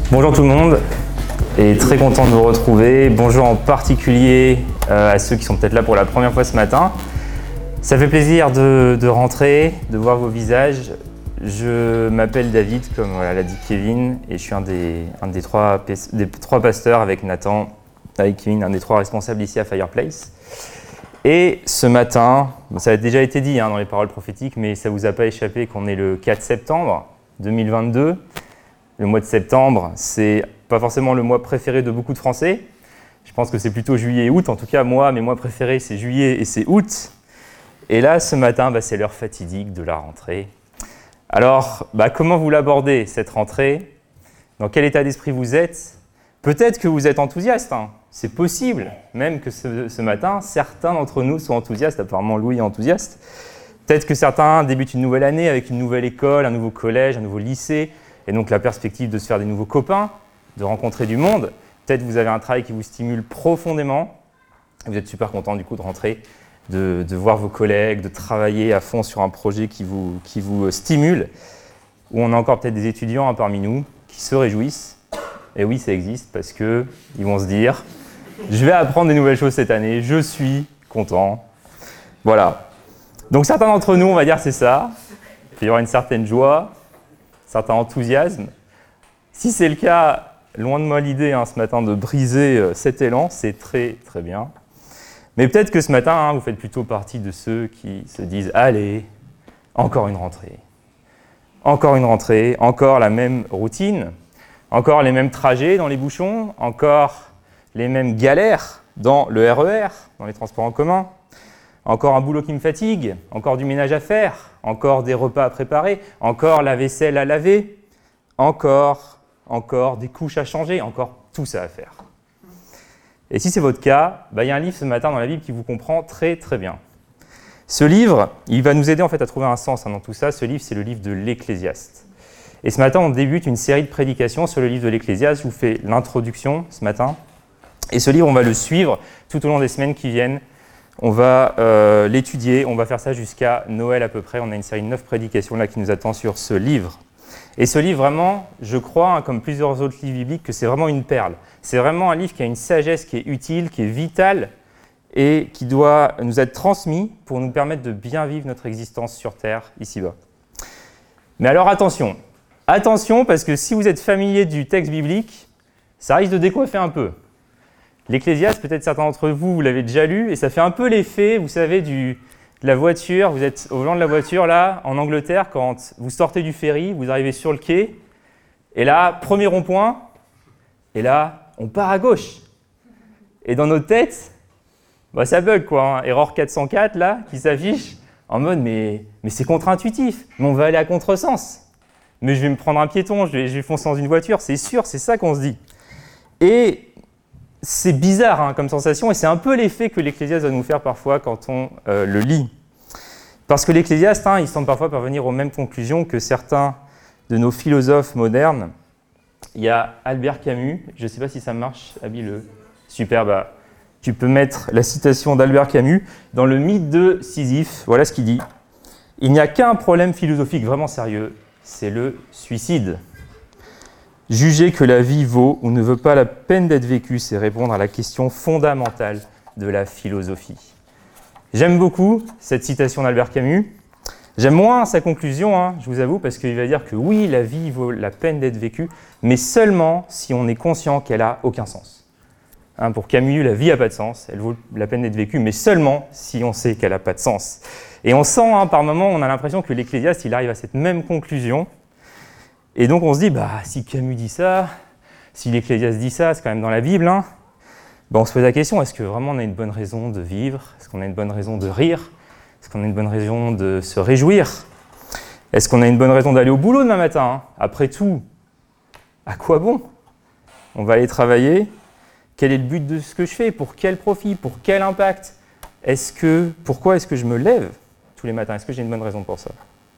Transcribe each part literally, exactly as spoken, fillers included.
Bonjour tout le monde, et très content de vous retrouver. Bonjour en particulier euh, à ceux qui sont peut-être là pour la première fois ce matin. Ça fait plaisir de, de rentrer, de voir vos visages. Je m'appelle David, comme voilà, l'a dit Kevin, et je suis un des, un des, trois, des trois pasteurs avec Nathan, avec Kevin, un des trois responsables ici à Fireplace. Et ce matin, bon, ça a déjà été dit hein, dans les paroles prophétiques, mais ça ne vous a pas échappé qu'on est le quatre septembre deux mille vingt-deux. Le mois de septembre, c'est pas forcément le mois préféré de beaucoup de Français. Je pense que c'est plutôt juillet et août. En tout cas, moi, mes mois préférés, c'est juillet et c'est août. Et là, ce matin, bah, c'est l'heure fatidique de la rentrée. Alors, bah, comment vous l'abordez, cette rentrée? Dans quel état d'esprit vous êtes? Peut-être que vous êtes enthousiaste. Hein. C'est possible, même que ce, ce matin, certains d'entre nous sont enthousiastes. Apparemment, Louis est enthousiaste. Peut-être que certains débutent une nouvelle année avec une nouvelle école, un nouveau collège, un nouveau lycée. Et donc la perspective de se faire des nouveaux copains, de rencontrer du monde. Peut-être que vous avez un travail qui vous stimule profondément. Vous êtes super content du coup de rentrer, de, de voir vos collègues, de travailler à fond sur un projet qui vous, qui vous stimule. Ou on a encore peut-être des étudiants hein, parmi nous qui se réjouissent. Et oui, ça existe parce qu'ils vont se dire « Je vais apprendre des nouvelles choses cette année, je suis content. » Voilà. Donc certains d'entre nous, on va dire c'est ça. Il y aura une certaine joie, certain enthousiasme. Si c'est le cas, loin de moi l'idée hein, ce matin de briser euh, cet élan, c'est très très bien. Mais peut-être que ce matin, hein, vous faites plutôt partie de ceux qui se disent « Allez, encore une rentrée. Encore une rentrée, encore la même routine, encore les mêmes trajets dans les bouchons, encore les mêmes galères dans le R E R, dans les transports en commun. Encore un boulot qui me fatigue, encore du ménage à faire, encore des repas à préparer, encore la vaisselle à laver, encore, encore des couches à changer, encore tout ça à faire. » Et si c'est votre cas, bah, y a un livre ce matin dans la Bible qui vous comprend très très bien. Ce livre, il va nous aider en fait à trouver un sens hein, dans tout ça. Ce livre, c'est le livre de l'Ecclésiaste. Et ce matin, on débute une série de prédications sur le livre de l'Ecclésiaste. Je vous fais l'introduction ce matin. Et ce livre, on va le suivre tout au long des semaines qui viennent. On va euh, l'étudier, on va faire ça jusqu'à Noël à peu près. On a une série de neuf prédications là qui nous attend sur ce livre. Et ce livre, vraiment, je crois, hein, comme plusieurs autres livres bibliques, que c'est vraiment une perle. C'est vraiment un livre qui a une sagesse qui est utile, qui est vitale et qui doit nous être transmis pour nous permettre de bien vivre notre existence sur Terre, ici-bas. Mais alors attention, attention parce que si vous êtes familier du texte biblique, ça risque de décoiffer un peu. L'Ecclésiaste, peut-être certains d'entre vous, vous l'avez déjà lu, et ça fait un peu l'effet, vous savez, du, de la voiture. Vous êtes au volant de la voiture, là, en Angleterre, quand vous sortez du ferry, vous arrivez sur le quai, et là, premier rond-point, et là, on part à gauche. Et dans notre tête, bah, ça bug, quoi. Hein. Erreur quatre cent quatre, là, qui s'affiche, en mode, mais, mais c'est contre-intuitif, mais on va aller à contresens. Mais je vais me prendre un piéton, je vais, je vais foncer dans une voiture, c'est sûr, c'est ça qu'on se dit. Et c'est bizarre hein, comme sensation et c'est un peu l'effet que l'Ecclésiaste va nous faire parfois quand on euh, le lit. Parce que l'Ecclésiaste, hein, il semble parfois parvenir aux mêmes conclusions que certains de nos philosophes modernes. Il y a Albert Camus, je ne sais pas si ça marche, Abby, le super, bah, tu peux mettre la citation d'Albert Camus dans le mythe de Sisyphe, voilà ce qu'il dit. « Il n'y a qu'un problème philosophique vraiment sérieux, c'est le suicide. Juger que la vie vaut ou ne veut pas la peine d'être vécue, c'est répondre à la question fondamentale de la philosophie. » J'aime beaucoup cette citation d'Albert Camus. J'aime moins sa conclusion, hein, je vous avoue, parce qu'il va dire que oui, la vie vaut la peine d'être vécue, mais seulement si on est conscient qu'elle n'a aucun sens. Hein, pour Camus, la vie n'a pas de sens, elle vaut la peine d'être vécue, mais seulement si on sait qu'elle n'a pas de sens. Et on sent, hein, par moments, on a l'impression que l'Ecclésiaste, il arrive à cette même conclusion. Et donc on se dit, bah, si Camus dit ça, si l'Ecclésiaste dit ça, c'est quand même dans la Bible, hein, bah, on se pose la question, est-ce que vraiment on a une bonne raison de vivre? Est-ce qu'on a une bonne raison de rire? Est-ce qu'on a une bonne raison de se réjouir? Est-ce qu'on a une bonne raison d'aller au boulot demain matin hein? Après tout, à quoi bon? On va aller travailler. Quel est le but de ce que je fais? Pour quel profit? Pour quel impact? Est-ce que, pourquoi est-ce que je me lève tous les matins? Est-ce que j'ai une bonne raison pour ça?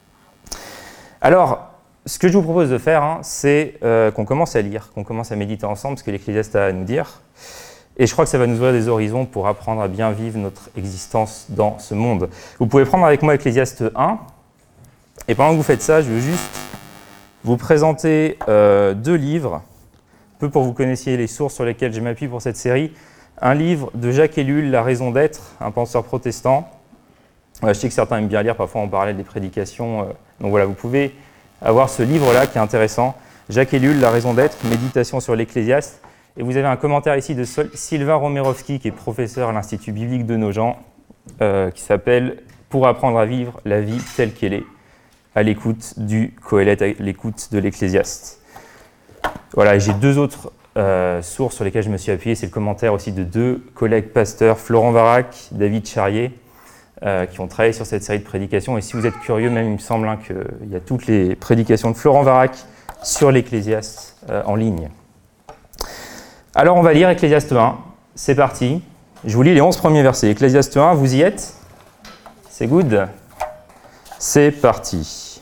Alors, ce que je vous propose de faire, hein, c'est euh, qu'on commence à lire, qu'on commence à méditer ensemble ce que l'Ecclésiaste a à nous dire. Et je crois que ça va nous ouvrir des horizons pour apprendre à bien vivre notre existence dans ce monde. Vous pouvez prendre avec moi Ecclésiaste un. Et pendant que vous faites ça, je veux juste vous présenter euh, deux livres peu pour que vous connaissiez les sources sur lesquelles je m'appuie pour cette série, un livre de Jacques Ellul, La raison d'être, un penseur protestant. Je sais que certains aiment bien lire, parfois on parlait des prédications. Donc voilà, vous pouvez avoir ce livre-là qui est intéressant. Jacques Ellul, La raison d'être, Méditation sur l'Ecclésiaste. Et vous avez un commentaire ici de Sylvain Romerovski, qui est professeur à l'Institut biblique de Nogent, euh, qui s'appelle « Pour apprendre à vivre la vie telle qu'elle est », à l'écoute du Qoéleth, à l'écoute de l'Ecclésiaste. Voilà, et j'ai deux autres euh, sources sur lesquelles je me suis appuyé. C'est le commentaire aussi de deux collègues pasteurs, Florent Varac, David Charrier, euh, qui ont travaillé sur cette série de prédications. Et si vous êtes curieux, même il me semble hein, qu'il y a toutes les prédications de Florent Varac sur l'Ecclésiaste euh, en ligne. Alors on va lire Ecclésiaste un, c'est parti. Je vous lis les onze premiers versets. Ecclésiaste un, vous y êtes? C'est good? C'est parti.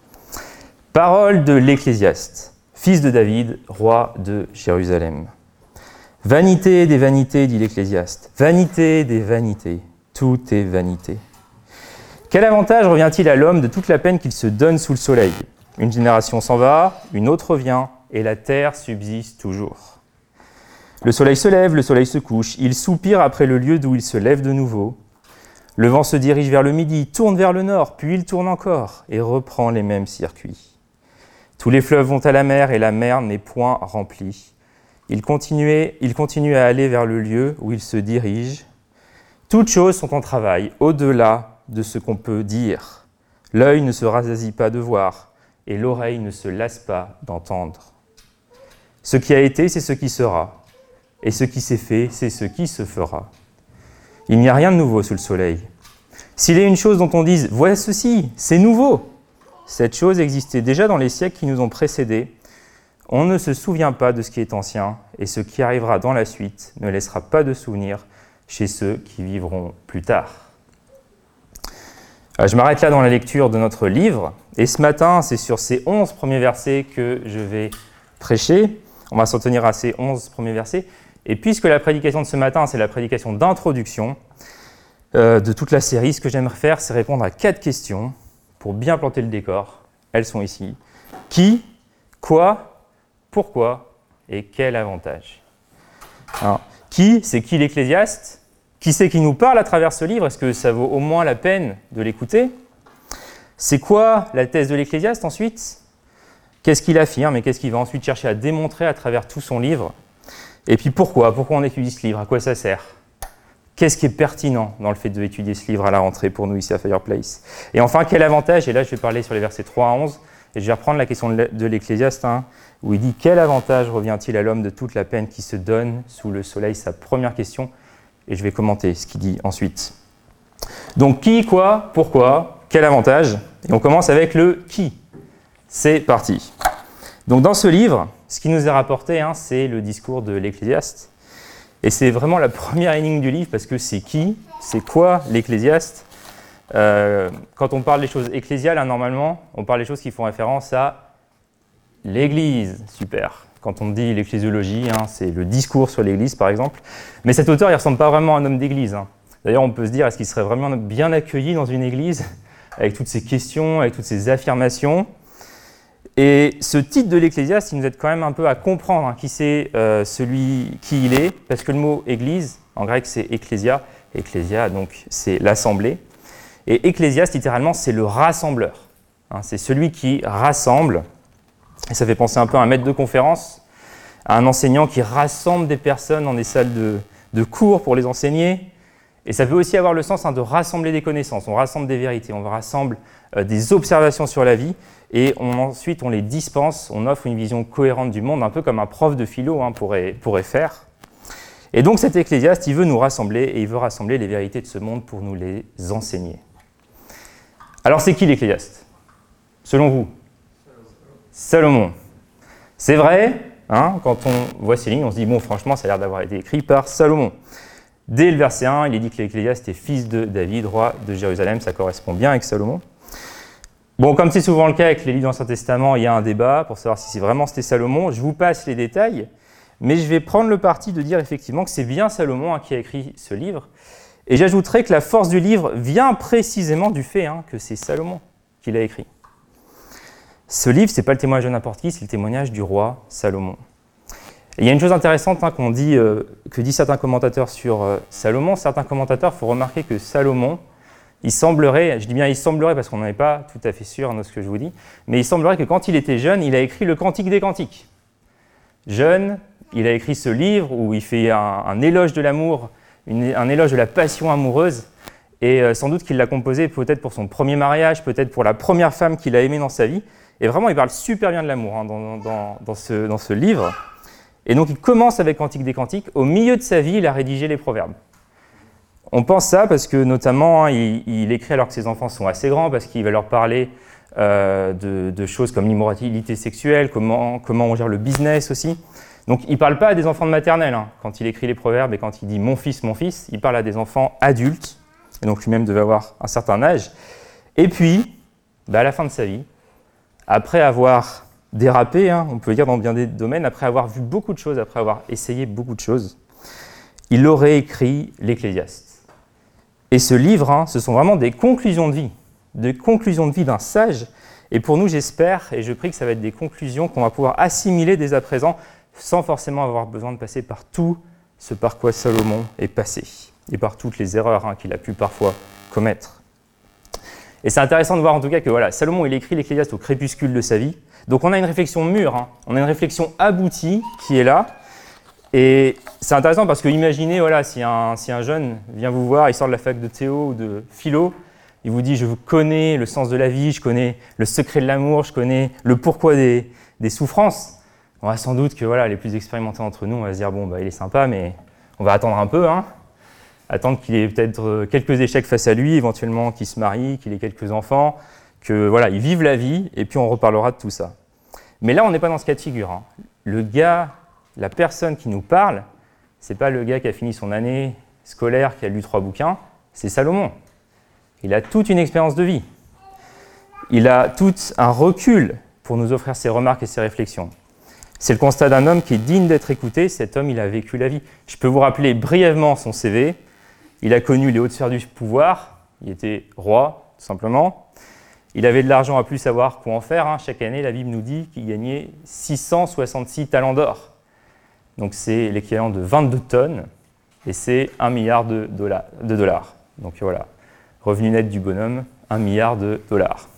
Parole de l'Ecclésiaste, fils de David, roi de Jérusalem. Vanité des vanités, dit l'Ecclésiaste, vanité des vanités, tout est vanité. Quel avantage revient-il à l'homme de toute la peine qu'il se donne sous le soleil? Une génération s'en va, une autre vient, et la terre subsiste toujours. Le soleil se lève, le soleil se couche, il soupire après le lieu d'où il se lève de nouveau. Le vent se dirige vers le midi, tourne vers le nord, puis il tourne encore et reprend les mêmes circuits. Tous les fleuves vont à la mer et la mer n'est point remplie. Il continue, il continue à aller vers le lieu où il se dirige. Toutes choses sont en travail, au-delà de ce qu'on peut dire. L'œil ne se rassasie pas de voir et l'oreille ne se lasse pas d'entendre. Ce qui a été, c'est ce qui sera. Et ce qui s'est fait, c'est ce qui se fera. Il n'y a rien de nouveau sous le soleil. S'il est une chose dont on dise « voilà ceci, c'est nouveau », cette chose existait déjà dans les siècles qui nous ont précédés. On ne se souvient pas de ce qui est ancien, et ce qui arrivera dans la suite ne laissera pas de souvenir chez ceux qui vivront plus tard. Je m'arrête là dans la lecture de notre livre, et ce matin, c'est sur ces onze premiers versets que je vais prêcher. On va s'en tenir à ces onze premiers versets. Et puisque la prédication de ce matin, c'est la prédication d'introduction euh, de toute la série, ce que j'aimerais faire, c'est répondre à quatre questions pour bien planter le décor. Elles sont ici. Qui, quoi, pourquoi et quel avantage? Alors, qui, c'est qui l'Ecclésiaste? Qui c'est qui nous parle à travers ce livre? Est-ce que ça vaut au moins la peine de l'écouter? C'est quoi la thèse de l'Ecclésiaste ensuite? Qu'est-ce qu'il affirme et qu'est-ce qu'il va ensuite chercher à démontrer à travers tout son livre? Et puis pourquoi? Pourquoi on étudie ce livre? À quoi ça sert? Qu'est-ce qui est pertinent dans le fait d'étudier ce livre à la rentrée pour nous ici à Fireplace? Et enfin, quel avantage? Et là, je vais parler sur les versets trois à onze, et je vais reprendre la question de l'Ecclésiaste, hein, où il dit « Quel avantage revient-il à l'homme de toute la peine qui se donne sous le soleil ?» Sa première question, et je vais commenter ce qu'il dit ensuite. Donc, qui, quoi, pourquoi, quel avantage? Et on commence avec le « qui ». C'est parti. Donc dans ce livre, ce qui nous est rapporté, hein, c'est le discours de l'Ecclésiaste. Et c'est vraiment la première énigme du livre, parce que c'est qui? C'est quoi l'Ecclésiaste? euh, Quand on parle des choses ecclésiales, hein, normalement, on parle des choses qui font référence à l'Église. Super. Quand on dit l'ecclésiologie, hein, c'est le discours sur l'Église, par exemple. Mais cet auteur, il ne ressemble pas vraiment à un homme d'Église. Hein. D'ailleurs, on peut se dire, est-ce qu'il serait vraiment bien accueilli dans une Église, avec toutes ces questions, avec toutes ces affirmations? Et ce titre de l'Ecclésiaste, il nous aide quand même un peu à comprendre hein, qui c'est euh, celui qui il est, parce que le mot Église, en grec, c'est ecclésia. Ecclésia, donc c'est l'assemblée. Et Ecclésiaste, littéralement, c'est le rassembleur. Hein, c'est celui qui rassemble. Et ça fait penser un peu à un maître de conférence, à un enseignant qui rassemble des personnes dans des salles de, de cours pour les enseigner. Et ça peut aussi avoir le sens hein, de rassembler des connaissances. On rassemble des vérités, on rassemble euh, des observations sur la vie. Et on, ensuite, on les dispense, on offre une vision cohérente du monde, un peu comme un prof de philo hein, pourrait, pourrait faire. Et donc cet Ecclésiaste, il veut nous rassembler, et il veut rassembler les vérités de ce monde pour nous les enseigner. Alors c'est qui l'Ecclésiaste? Selon vous? Salomon. C'est vrai, hein, quand on voit ces lignes, on se dit, bon, franchement, ça a l'air d'avoir été écrit par Salomon. Dès le verset un, il est dit que l'Ecclésiaste est fils de David, roi de Jérusalem, ça correspond bien avec Salomon. Bon, comme c'est souvent le cas avec les livres de l'Ancien Testament, il y a un débat pour savoir si c'est vraiment c'était Salomon. Je vous passe les détails, mais je vais prendre le parti de dire effectivement que c'est bien Salomon hein, qui a écrit ce livre. Et j'ajouterai que la force du livre vient précisément du fait hein, que c'est Salomon qui l'a écrit. Ce livre, ce n'est pas le témoignage de n'importe qui, c'est le témoignage du roi Salomon. Et il y a une chose intéressante hein, qu'on dit, euh, que disent certains commentateurs sur euh, Salomon. Certains commentateurs, il faut remarquer que Salomon, il semblerait, je dis bien il semblerait parce qu'on n'en est pas tout à fait sûr de ce que je vous dis, mais il semblerait que quand il était jeune, il a écrit le Cantique des Cantiques. Jeune, il a écrit ce livre où il fait un, un éloge de l'amour, une, un éloge de la passion amoureuse, et euh, sans doute qu'il l'a composé peut-être pour son premier mariage, peut-être pour la première femme qu'il a aimée dans sa vie. Et vraiment, il parle super bien de l'amour hein, dans, dans, dans, ce, dans ce livre. Et donc, il commence avec Cantique des Cantiques. Au milieu de sa vie, il a rédigé les Proverbes. On pense ça parce que, notamment, hein, il, il écrit alors que ses enfants sont assez grands, parce qu'il va leur parler euh, de, de choses comme l'immoralité sexuelle, comment, comment on gère le business aussi. Donc, il ne parle pas à des enfants de maternelle hein, quand il écrit les Proverbes et quand il dit « mon fils, mon fils », il parle à des enfants adultes. Et donc lui-même devait avoir un certain âge. Et puis, bah à la fin de sa vie, après avoir dérapé, hein, on peut dire dans bien des domaines, après avoir vu beaucoup de choses, après avoir essayé beaucoup de choses, il aurait écrit l'Ecclésiaste. Et ce livre, hein, ce sont vraiment des conclusions de vie, des conclusions de vie d'un sage. Et pour nous, j'espère, et je prie que ça va être des conclusions qu'on va pouvoir assimiler dès à présent, sans forcément avoir besoin de passer par tout ce par quoi Salomon est passé. Et par toutes les erreurs hein, qu'il a pu parfois commettre. Et c'est intéressant de voir en tout cas que voilà, Salomon il écrit l'Ecclésiaste au crépuscule de sa vie. Donc on a une réflexion mûre, hein, on a une réflexion aboutie qui est là. Et c'est intéressant parce que imaginez voilà, si, un, si un jeune vient vous voir, il sort de la fac de théo ou de philo, il vous dit je connais le sens de la vie, je connais le secret de l'amour, je connais le pourquoi des, des souffrances. On va sans doute que voilà, les plus expérimentés entre nous, on va se dire bon bah il est sympa mais on va attendre un peu. Hein. Attendre qu'il ait peut-être quelques échecs face à lui, éventuellement qu'il se marie, qu'il ait quelques enfants, que voilà, il vive la vie, et puis on reparlera de tout ça. Mais là, on n'est pas dans ce cas de figure. Hein. Le gars, la personne qui nous parle, c'est pas le gars qui a fini son année scolaire, qui a lu trois bouquins, c'est Salomon. Il a toute une expérience de vie. Il a tout un recul pour nous offrir ses remarques et ses réflexions. C'est le constat d'un homme qui est digne d'être écouté. Cet homme, il a vécu la vie. Je peux vous rappeler brièvement son C V. Il a connu les hautes sphères du pouvoir, il était roi, tout simplement. Il avait de l'argent à plus savoir quoi en faire. Hein. Chaque année, la Bible nous dit qu'il gagnait six cent soixante-six talents d'or. Donc c'est l'équivalent de vingt-deux tonnes, et c'est un milliard de dollars. De dollars. Donc voilà, revenu net du bonhomme, un milliard de dollars.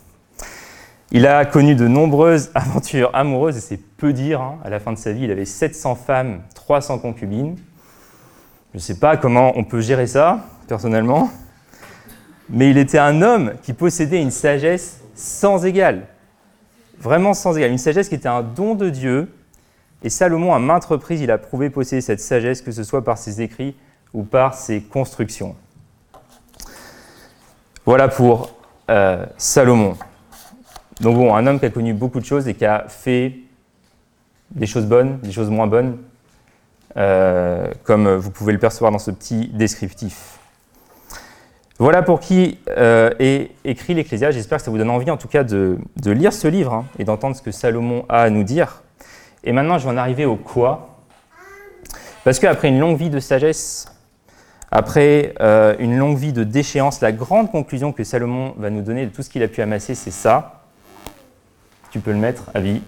Il a connu de nombreuses aventures amoureuses, et c'est peu dire. Hein. À la fin de sa vie, il avait sept cents femmes, trois cents concubines. Je ne sais pas comment on peut gérer ça, personnellement, mais il était un homme qui possédait une sagesse sans égale, vraiment sans égale, une sagesse qui était un don de Dieu, et Salomon, à maintes reprises, il a prouvé posséder cette sagesse, que ce soit par ses écrits ou par ses constructions. Voilà pour euh, Salomon. Donc bon, un homme qui a connu beaucoup de choses et qui a fait des choses bonnes, des choses moins bonnes, Euh, comme vous pouvez le percevoir dans ce petit descriptif. Voilà pour qui euh, est écrit l'Ecclésiaste. J'espère que ça vous donne envie en tout cas de, de lire ce livre hein, et d'entendre ce que Salomon a à nous dire. Et maintenant, je vais en arriver au quoi. Parce qu'après une longue vie de sagesse, après euh, une longue vie de déchéance, la grande conclusion que Salomon va nous donner de tout ce qu'il a pu amasser, c'est ça. Tu peux le mettre à vie.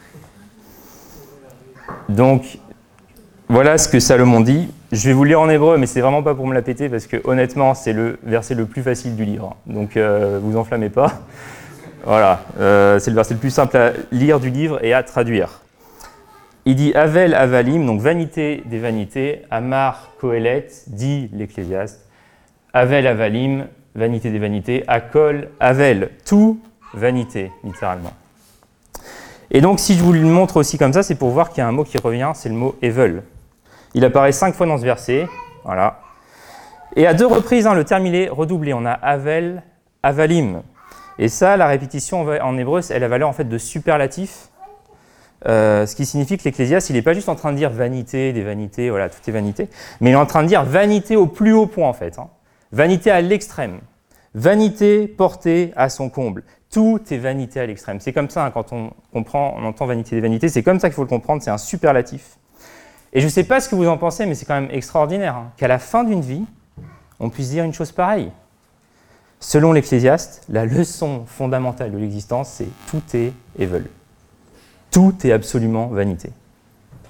Donc, voilà ce que Salomon dit. Je vais vous le lire en hébreu, mais c'est vraiment pas pour me la péter, parce que honnêtement, c'est le verset le plus facile du livre. Donc, euh, vous enflammez pas. Voilà, euh, c'est le verset le plus simple à lire du livre et à traduire. Il dit « Avel avalim », donc vanité des vanités. Amar Kohelet, dit l'Ecclésiaste. Avel avalim, vanité des vanités. Akol avel, tout vanité, littéralement. Et donc, si je vous le montre aussi comme ça, c'est pour voir qu'il y a un mot qui revient, c'est le mot « evel ». Il apparaît cinq fois dans ce verset, voilà. Et à deux reprises, hein, le terme il est redoublé. On a avel, avalim. Et ça, la répétition en hébreu, elle a la valeur en fait de superlatif. Euh, ce qui signifie que l'Ecclésiaste, il n'est pas juste en train de dire vanité, des vanités, voilà, tout est vanité, mais il est en train de dire vanité au plus haut point en fait. Hein. Vanité à l'extrême. Vanité portée à son comble. Tout est vanité à l'extrême. C'est comme ça, hein, quand on comprend, on entend vanité des vanités, c'est comme ça qu'il faut le comprendre, c'est un superlatif. Et je ne sais pas ce que vous en pensez, mais c'est quand même extraordinaire hein, qu'à la fin d'une vie, on puisse dire une chose pareille. Selon l'Ecclésiaste, la leçon fondamentale de l'existence, c'est tout est evel. Tout est absolument vanité.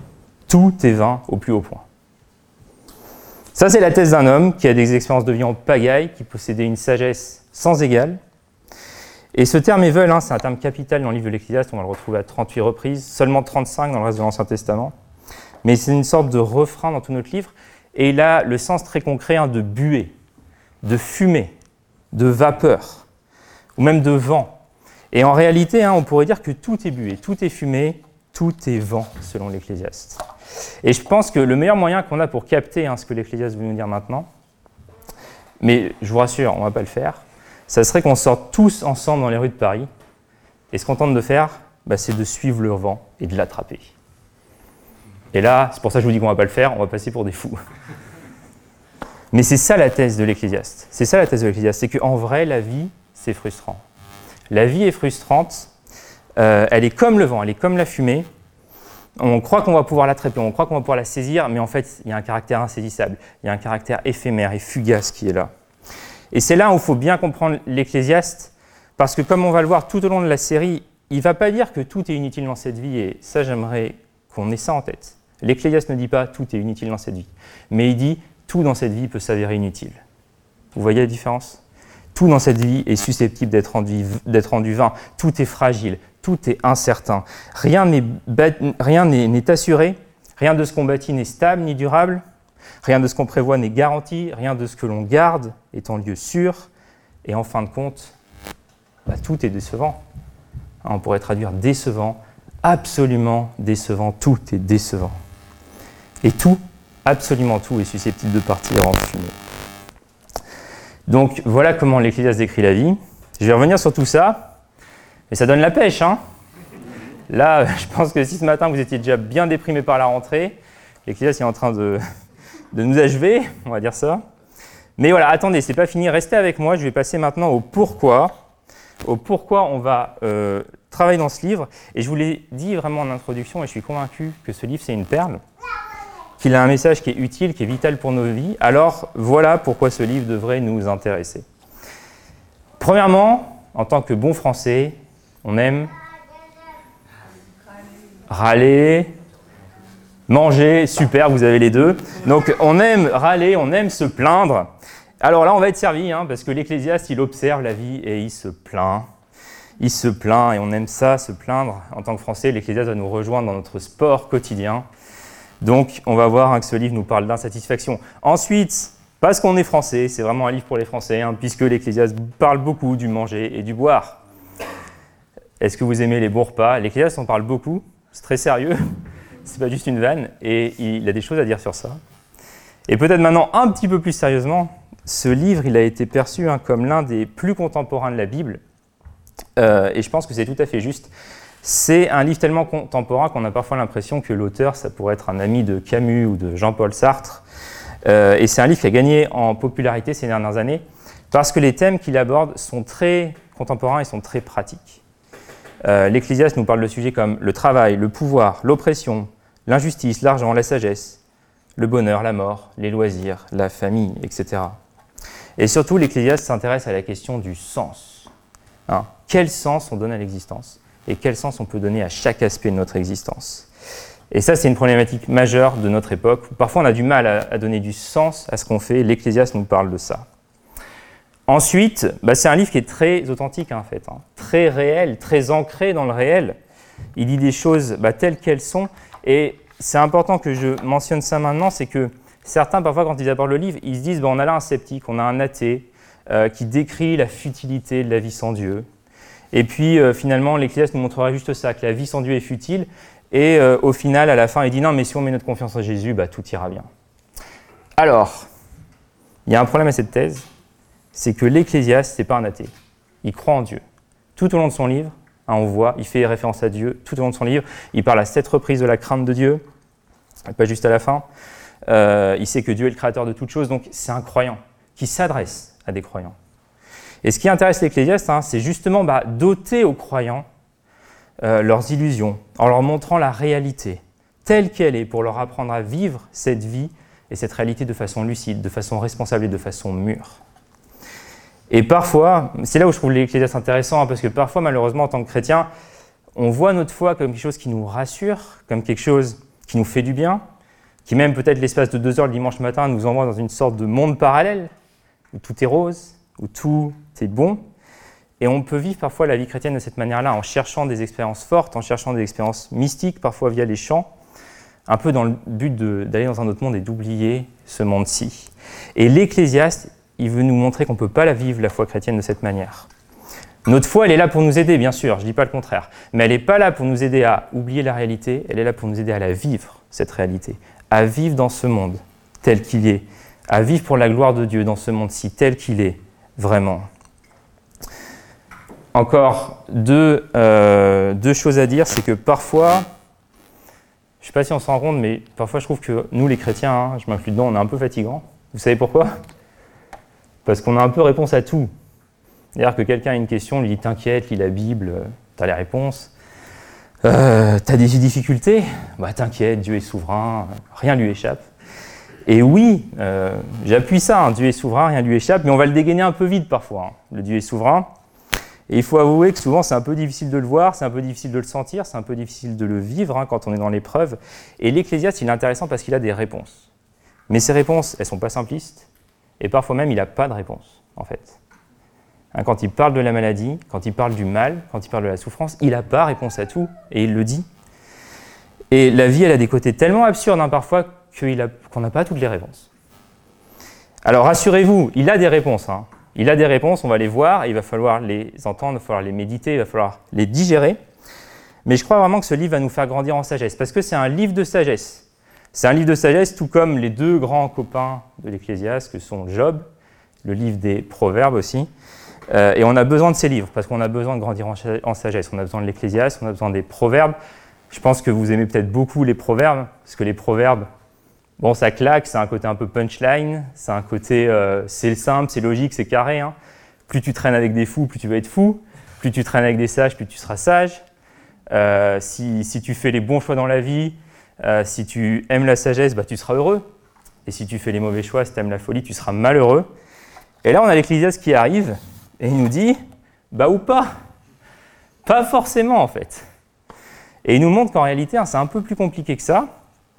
Tout est vain au plus haut point. Ça, c'est la thèse d'un homme qui a des expériences de vie en pagaille, qui possédait une sagesse sans égale. Et ce terme éveul, hein, c'est un terme capital dans le livre de l'Ecclésiaste, on va le retrouver à trente-huit reprises, seulement trente-cinq dans le reste de l'Ancien Testament. Mais c'est une sorte de refrain dans tout notre livre, et il a le sens très concret hein, de buée, de fumée, de vapeur, ou même de vent. Et en réalité, hein, on pourrait dire que tout est buée, tout est fumée, tout est vent, selon l'Ecclésiaste. Et je pense que le meilleur moyen qu'on a pour capter hein, ce que l'Ecclésiaste veut nous dire maintenant, mais je vous rassure, on ne va pas le faire, ça serait qu'on sorte tous ensemble dans les rues de Paris, et ce qu'on tente de faire, bah, c'est de suivre le vent et de l'attraper. Et là, c'est pour ça que je vous dis qu'on ne va pas le faire, on va passer pour des fous. Mais c'est ça la thèse de l'Ecclésiaste. C'est ça la thèse de l'Ecclésiaste, c'est qu'en vrai, la vie, c'est frustrant. La vie est frustrante, euh, elle est comme le vent, elle est comme la fumée. On croit qu'on va pouvoir l'attraper, on croit qu'on va pouvoir la saisir, mais en fait, il y a un caractère insaisissable, il y a un caractère éphémère et fugace qui est là. Et c'est là où il faut bien comprendre l'Ecclésiaste, parce que comme on va le voir tout au long de la série, il ne va pas dire que tout est inutile dans cette vie, et ça, j'aimerais qu'on ait ça en tête. L'Ecclésiaste ne dit pas tout est inutile dans cette vie, mais il dit tout dans cette vie peut s'avérer inutile. Vous voyez la différence ? Tout dans cette vie est susceptible d'être rendu, d'être rendu vain, tout est fragile, tout est incertain, rien n'est, rien n'est, n'est assuré, rien de ce qu'on bâtit n'est stable ni durable, rien de ce qu'on prévoit n'est garanti, rien de ce que l'on garde est en lieu sûr, et en fin de compte, bah, tout est décevant. On pourrait traduire décevant, absolument décevant, tout est décevant. Et tout, absolument tout, est susceptible de partir en fumée. Donc voilà comment l'Ecclésiaste décrit la vie. Je vais revenir sur tout ça, mais ça donne la pêche, hein. Là, je pense que si ce matin vous étiez déjà bien déprimé par la rentrée, l'Ecclésiaste est en train de, de nous achever, on va dire ça. Mais voilà, attendez, c'est pas fini, restez avec moi, je vais passer maintenant au pourquoi. Au pourquoi on va euh, travailler dans ce livre. Et je vous l'ai dit vraiment en introduction, et je suis convaincu que ce livre c'est une perle, qu'il a un message qui est utile, qui est vital pour nos vies. Alors voilà pourquoi ce livre devrait nous intéresser. Premièrement, en tant que bon Français, on aime râler, manger, super, vous avez les deux. Donc on aime râler, on aime se plaindre. Alors là, on va être servi, hein, parce que l'Ecclésiaste, il observe la vie et il se plaint. Il se plaint et on aime ça, se plaindre. En tant que Français, l'Ecclésiaste va nous rejoindre dans notre sport quotidien. Donc, on va voir hein, que ce livre nous parle d'insatisfaction. Ensuite, parce qu'on est français, c'est vraiment un livre pour les Français, hein, puisque l'Ecclésiaste parle beaucoup du manger et du boire. Est-ce que vous aimez les bons repas ? L'Ecclésiaste en parle beaucoup, c'est très sérieux, c'est pas juste une vanne, et il a des choses à dire sur ça. Et peut-être maintenant, un petit peu plus sérieusement, ce livre, il a été perçu hein, comme l'un des plus contemporains de la Bible, euh, et je pense que c'est tout à fait juste. C'est un livre tellement contemporain qu'on a parfois l'impression que l'auteur, ça pourrait être un ami de Camus ou de Jean-Paul Sartre. Euh, et c'est un livre qui a gagné en popularité ces dernières années parce que les thèmes qu'il aborde sont très contemporains et sont très pratiques. Euh, L'Ecclésiaste nous parle de sujets comme le travail, le pouvoir, l'oppression, l'injustice, l'argent, la sagesse, le bonheur, la mort, les loisirs, la famille, et cetera. Et surtout, l'Ecclésiaste s'intéresse à la question du sens. Hein, quel sens on donne à l'existence ? Et quel sens on peut donner à chaque aspect de notre existence. Et ça, c'est une problématique majeure de notre époque, où parfois on a du mal à, à donner du sens à ce qu'on fait. L'Ecclésiaste nous parle de ça. Ensuite, bah, c'est un livre qui est très authentique, hein, en fait, hein, très réel, très ancré dans le réel. Il dit des choses bah, telles qu'elles sont. Et c'est important que je mentionne ça maintenant, c'est que certains, parfois, quand ils abordent le livre, ils se disent bah, on a là un sceptique, on a un athée euh, qui décrit la futilité de la vie sans Dieu. Et puis, euh, finalement, l'Ecclésiaste nous montrera juste ça, que la vie sans Dieu est futile. Et euh, au final, à la fin, il dit « Non, mais si on met notre confiance en Jésus, bah, tout ira bien. » Alors, il y a un problème à cette thèse, c'est que l'Ecclésiaste, ce n'est pas un athée. Il croit en Dieu. Tout au long de son livre, hein, on voit, il fait référence à Dieu. Tout au long de son livre, il parle à sept reprises de la crainte de Dieu, pas juste à la fin. Euh, il sait que Dieu est le créateur de toutes choses, donc c'est un croyant qui s'adresse à des croyants. Et ce qui intéresse l'Ecclésiaste, hein, c'est justement bah, doter aux croyants euh, leurs illusions, en leur montrant la réalité telle qu'elle est, pour leur apprendre à vivre cette vie et cette réalité de façon lucide, de façon responsable et de façon mûre. Et parfois, c'est là où je trouve l'Ecclésiaste intéressant, hein, parce que parfois, malheureusement, en tant que chrétien, on voit notre foi comme quelque chose qui nous rassure, comme quelque chose qui nous fait du bien, qui même peut-être l'espace de deux heures le dimanche matin nous envoie dans une sorte de monde parallèle, où tout est rose, où tout est bon. Et on peut vivre parfois la vie chrétienne de cette manière-là, en cherchant des expériences fortes, en cherchant des expériences mystiques, parfois via les chants, un peu dans le but de, d'aller dans un autre monde et d'oublier ce monde-ci. Et l'Ecclésiaste, il veut nous montrer qu'on ne peut pas la vivre, la foi chrétienne, de cette manière. Notre foi, elle est là pour nous aider, bien sûr, je ne dis pas le contraire, mais elle n'est pas là pour nous aider à oublier la réalité, elle est là pour nous aider à la vivre, cette réalité, à vivre dans ce monde tel qu'il est, à vivre pour la gloire de Dieu dans ce monde-ci tel qu'il est, vraiment. Encore deux, euh, deux choses à dire, c'est que parfois, je ne sais pas si on s'en rend compte, mais parfois je trouve que nous les chrétiens, hein, je m'inclus dedans, on est un peu fatigants. Vous savez pourquoi ? Parce qu'on a un peu réponse à tout. C'est-à-dire que quelqu'un a une question, lui dit « T'inquiète, lis la Bible, t'as les réponses. Euh, t'as des difficultés ? Bah t'inquiète, Dieu est souverain, rien lui échappe. » Et oui, euh, j'appuie ça, hein, Dieu est souverain, rien lui échappe, mais on va le dégainer un peu vite parfois, hein, le Dieu est souverain. Et il faut avouer que souvent c'est un peu difficile de le voir, c'est un peu difficile de le sentir, c'est un peu difficile de le vivre hein, quand on est dans l'épreuve. Et l'Ecclésiaste, il est intéressant parce qu'il a des réponses. Mais ces réponses, elles ne sont pas simplistes, et parfois même il n'a pas de réponse, en fait. Quand il parle de la maladie, quand il parle du mal, quand il parle de la souffrance, il n'a pas réponse à tout, et il le dit. Et la vie, elle a des côtés tellement absurdes hein, parfois qu'il a, qu'on n'a pas toutes les réponses. Alors rassurez-vous, il a des réponses. Hein. Il a des réponses, on va les voir, et il va falloir les entendre, il va falloir les méditer, il va falloir les digérer. Mais je crois vraiment que ce livre va nous faire grandir en sagesse, parce que c'est un livre de sagesse. C'est un livre de sagesse, tout comme les deux grands copains de l'Ecclésiaste, que sont Job, le livre des Proverbes aussi. Euh, et on a besoin de ces livres, parce qu'on a besoin de grandir en, en sagesse. On a besoin de l'Ecclésiaste, on a besoin des Proverbes. Je pense que vous aimez peut-être beaucoup les Proverbes, parce que les Proverbes, bon, ça claque, c'est un côté un peu punchline, c'est un côté, euh, c'est simple, c'est logique, c'est carré. Hein. Plus tu traînes avec des fous, plus tu vas être fou. Plus tu traînes avec des sages, plus tu seras sage. Euh, si, si tu fais les bons choix dans la vie, euh, si tu aimes la sagesse, bah, tu seras heureux. Et si tu fais les mauvais choix, si tu aimes la folie, tu seras malheureux. Et là, on a l'Ecclésiaste qui arrive, et il nous dit, bah ou pas. Pas forcément, en fait. Et il nous montre qu'en réalité, hein, c'est un peu plus compliqué que ça.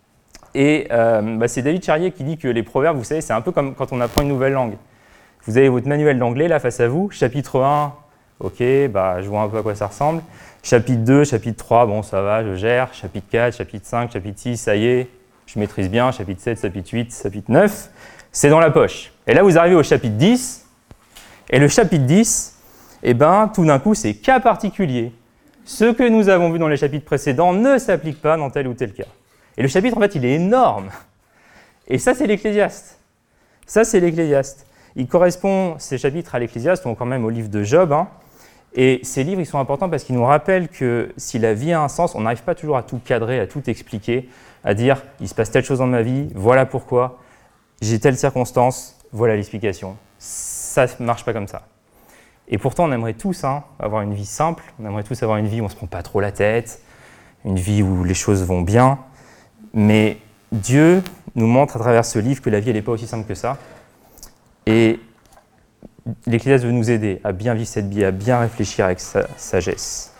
Et euh, bah, c'est David Charrier qui dit que les proverbes, vous savez, c'est un peu comme quand on apprend une nouvelle langue. Vous avez votre manuel d'anglais là face à vous, chapitre un, ok, bah, je vois un peu à quoi ça ressemble. Chapitre deux, chapitre trois, bon ça va, je gère. Chapitre quatre, chapitre cinq, chapitre six, ça y est, je maîtrise bien. Chapitre sept, chapitre huit, chapitre neuf, c'est dans la poche. Et là vous arrivez au chapitre dix, et le chapitre dix, eh ben, tout d'un coup c'est cas particulier. Ce que nous avons vu dans les chapitres précédents ne s'applique pas dans tel ou tel cas. Et le chapitre, en fait, il est énorme. Et ça, c'est l'Ecclésiaste. Ça, c'est l'Ecclésiaste. Il correspond, ces chapitres, à l'Ecclésiaste, ou quand même au livre de Job. Hein. Et ces livres, ils sont importants parce qu'ils nous rappellent que si la vie a un sens, on n'arrive pas toujours à tout cadrer, à tout expliquer, à dire « il se passe telle chose dans ma vie, voilà pourquoi, j'ai telle circonstance, voilà l'explication ». Ça ne marche pas comme ça. Et pourtant, on aimerait tous hein, avoir une vie simple, on aimerait tous avoir une vie où on ne se prend pas trop la tête, une vie où les choses vont bien. Mais Dieu nous montre à travers ce livre que la vie, elle n'est pas aussi simple que ça. Et l'Ecclésiaste veut nous aider à bien vivre cette vie, à bien réfléchir avec sa sagesse.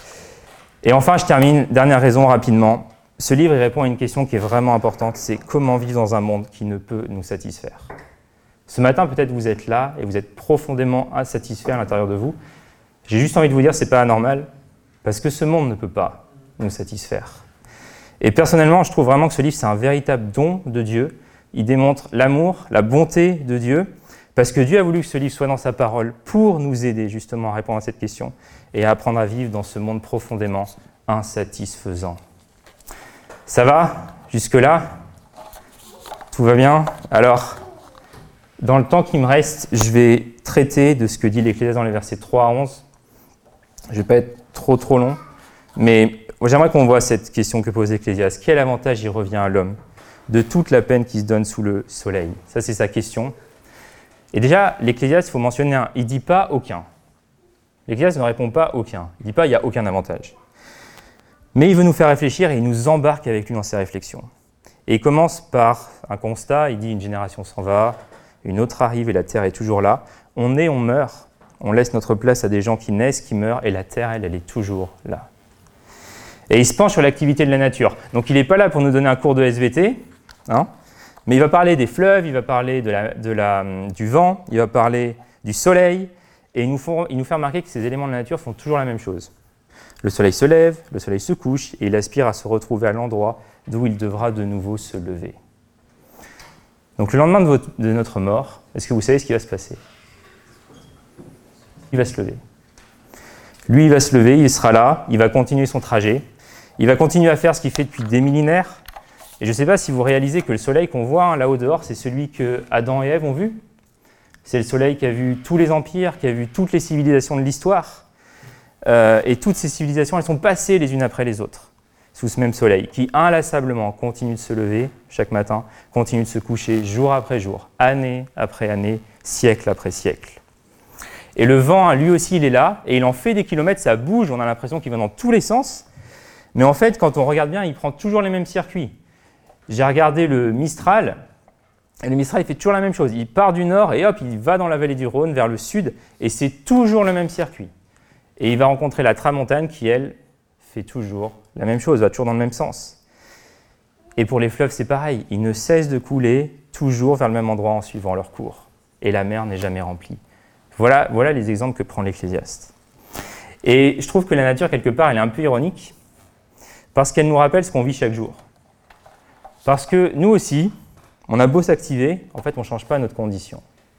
Et enfin, je termine, dernière raison rapidement. Ce livre il répond à une question qui est vraiment importante, c'est comment vivre dans un monde qui ne peut nous satisfaire. Ce matin, peut-être vous êtes là et vous êtes profondément insatisfait à l'intérieur de vous. J'ai juste envie de vous dire, c'est pas anormal, parce que ce monde ne peut pas nous satisfaire. Et personnellement, je trouve vraiment que ce livre, c'est un véritable don de Dieu. Il démontre l'amour, la bonté de Dieu, parce que Dieu a voulu que ce livre soit dans sa parole pour nous aider justement à répondre à cette question et à apprendre à vivre dans ce monde profondément insatisfaisant. Ça va jusque-là? Tout va bien? Alors, dans le temps qui me reste, je vais traiter de ce que dit l'Ecclésiaste dans les versets trois à onze. Je ne vais pas être trop trop long, mais j'aimerais qu'on voit cette question que pose l'Ecclésiaste. Quel avantage y revient à l'homme de toute la peine qui se donne sous le soleil? Ça, c'est sa question. Et déjà, l'Ecclésiaste, il faut mentionner un. Il ne dit pas aucun. L'Ecclésiaste ne répond pas aucun. Il ne dit pas il n'y a aucun avantage. Mais il veut nous faire réfléchir et il nous embarque avec lui dans ses réflexions. Et il commence par un constat. Il dit une génération s'en va, une autre arrive et la terre est toujours là. On naît, on meurt. On laisse notre place à des gens qui naissent, qui meurent et la terre, elle, elle est toujours là. Et il se penche sur l'activité de la nature. Donc il n'est pas là pour nous donner un cours de S V T, hein, mais il va parler des fleuves, il va parler de la, de la, du vent, il va parler du soleil, et il nous, font, il nous fait remarquer que ces éléments de la nature font toujours la même chose. Le soleil se lève, le soleil se couche, et il aspire à se retrouver à l'endroit d'où il devra de nouveau se lever. Donc le lendemain de, votre, de notre mort, est-ce que vous savez ce qui va se passer? Il va se lever. Lui, il va se lever, il sera là, il va continuer son trajet, il va continuer à faire ce qu'il fait depuis des millénaires. Et je ne sais pas si vous réalisez que le soleil qu'on voit hein, là-haut dehors, c'est celui que Adam et Ève ont vu. C'est le soleil qui a vu tous les empires, qui a vu toutes les civilisations de l'histoire. Euh, et toutes ces civilisations, elles sont passées les unes après les autres, sous ce même soleil, qui inlassablement continue de se lever chaque matin, continue de se coucher jour après jour, année après année, siècle après siècle. Et le vent, lui aussi, il est là, et il en fait des kilomètres, ça bouge, on a l'impression qu'il va dans tous les sens. Mais en fait, quand on regarde bien, il prend toujours les mêmes circuits. J'ai regardé le Mistral, et le Mistral, il fait toujours la même chose. Il part du nord, et hop, il va dans la vallée du Rhône, vers le sud, et c'est toujours le même circuit. Et il va rencontrer la Tramontane, qui, elle, fait toujours la même chose, va toujours dans le même sens. Et pour les fleuves, c'est pareil. Ils ne cessent de couler toujours vers le même endroit en suivant leur cours. Et la mer n'est jamais remplie. Voilà, voilà les exemples que prend l'Ecclésiaste. Et je trouve que la nature, quelque part, elle est un peu ironique, parce qu'elle nous rappelle ce qu'on vit chaque jour. Parce que nous aussi, on a beau s'activer, en fait, on ne change pas notre condition.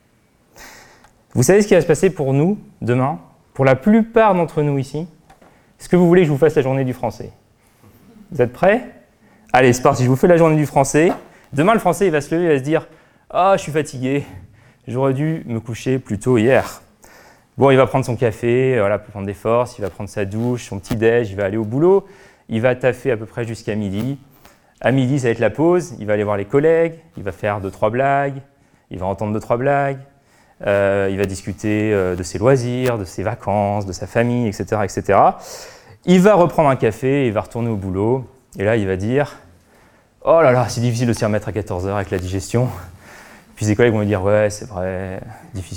Vous savez ce qui va se passer pour nous, demain, pour la plupart d'entre nous ici? Est-ce que vous voulez que je vous fasse la journée du français? Vous êtes prêts? Allez, c'est parti, je vous fais la journée du français. Demain, le français, il va se lever, il va se dire « Ah, oh, je suis fatigué, j'aurais dû me coucher plus tôt hier. » Bon, il va prendre son café, voilà, pour prendre des forces, il va prendre sa douche, son petit-déj, il va aller au boulot, il va taffer à peu près jusqu'à midi. À midi, ça va être la pause, il va aller voir les collègues, il va faire deux, trois blagues, il va entendre deux, trois blagues, euh, il va discuter euh, de ses loisirs, de ses vacances, de sa famille, et cetera, et cetera. Il va reprendre un café, il va retourner au boulot, et là, il va dire « Oh là là, c'est difficile de s'y remettre à quatorze heures avec la digestion. » Puis ses collègues vont lui dire « Ouais, c'est vrai, difficile. »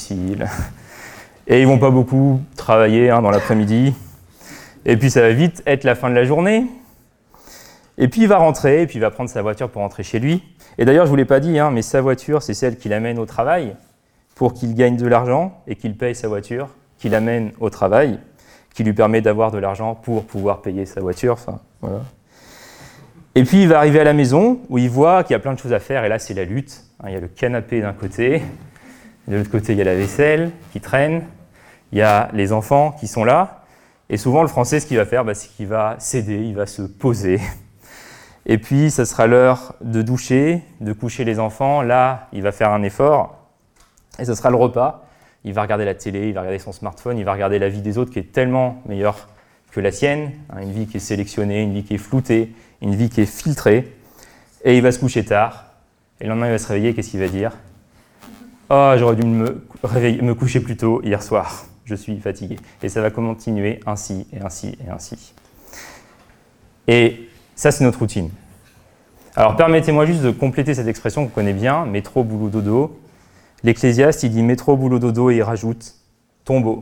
Et ils ne vont pas beaucoup travailler hein, dans l'après-midi. Et puis, ça va vite être la fin de la journée. Et puis, il va rentrer, et puis il va prendre sa voiture pour rentrer chez lui. Et d'ailleurs, je ne vous l'ai pas dit, hein, mais sa voiture, c'est celle qui l'amène au travail pour qu'il gagne de l'argent et qu'il paye sa voiture, qui l'amène au travail, qui lui permet d'avoir de l'argent pour pouvoir payer sa voiture. Enfin, voilà. Et puis, il va arriver à la maison où il voit qu'il y a plein de choses à faire. Et là, c'est la lutte. Il y a le canapé d'un côté. De l'autre côté, il y a la vaisselle qui traîne. Il y a les enfants qui sont là. Et souvent, le français, ce qu'il va faire, bah, c'est qu'il va céder, il va se poser. Et puis, ça sera l'heure de doucher, de coucher les enfants. Là, il va faire un effort. Et ce sera le repas. Il va regarder la télé, il va regarder son smartphone, il va regarder la vie des autres qui est tellement meilleure que la sienne. Une vie qui est sélectionnée, une vie qui est floutée, une vie qui est filtrée. Et il va se coucher tard. Et le lendemain, il va se réveiller. Qu'est-ce qu'il va dire? « Oh, j'aurais dû me, réveiller, me coucher plus tôt hier soir. Je suis fatigué. » Et ça va continuer ainsi, et ainsi, et ainsi. Et ça, c'est notre routine. Alors, permettez-moi juste de compléter cette expression qu'on connaît bien, métro, boulot, dodo. L'Ecclésiaste, il dit métro, boulot, dodo, et il rajoute tombeau.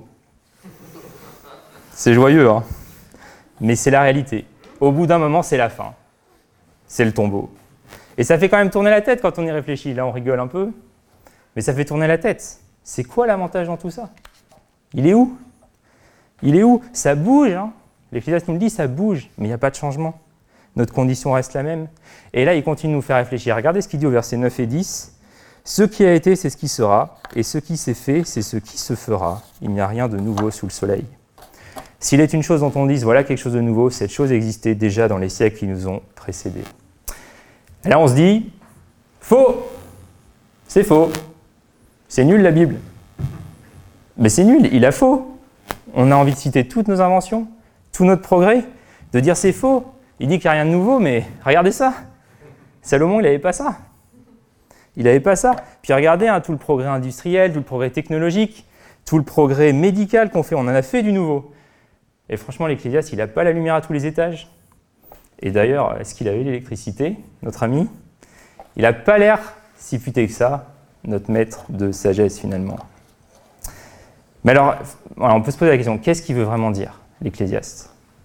C'est joyeux, hein? Mais c'est la réalité. Au bout d'un moment, c'est la fin. C'est le tombeau. Et ça fait quand même tourner la tête quand on y réfléchit. Là, on rigole un peu, mais ça fait tourner la tête. C'est quoi l'avantage dans tout ça? Il est où? Il est où? Ça bouge, hein? L'Ecclésiaste nous le dit, ça bouge, mais il n'y a pas de changement. Notre condition reste la même. Et là, il continue de nous faire réfléchir. Regardez ce qu'il dit au verset neuf et dix. « Ce qui a été, c'est ce qui sera, et ce qui s'est fait, c'est ce qui se fera. Il n'y a rien de nouveau sous le soleil. » S'il est une chose dont on dise « voilà quelque chose de nouveau », cette chose existait déjà dans les siècles qui nous ont précédés. Et là, on se dit « faux, c'est faux, c'est nul la Bible. » Mais c'est nul, il a faux. On a envie de citer toutes nos inventions, tout notre progrès, de dire c'est faux. Il dit qu'il n'y a rien de nouveau, mais regardez ça. Salomon, il n'avait pas ça. Il n'avait pas ça. Puis regardez hein, tout le progrès industriel, tout le progrès technologique, tout le progrès médical qu'on fait. On en a fait du nouveau. Et franchement, l'Ecclésiaste, il n'a pas la lumière à tous les étages. Et d'ailleurs, est-ce qu'il avait l'électricité, notre ami? Il n'a pas l'air si futé que ça, notre maître de sagesse finalement. Mais alors, voilà, on peut se poser la question, qu'est-ce qu'il veut vraiment dire, l'Ecclésiaste?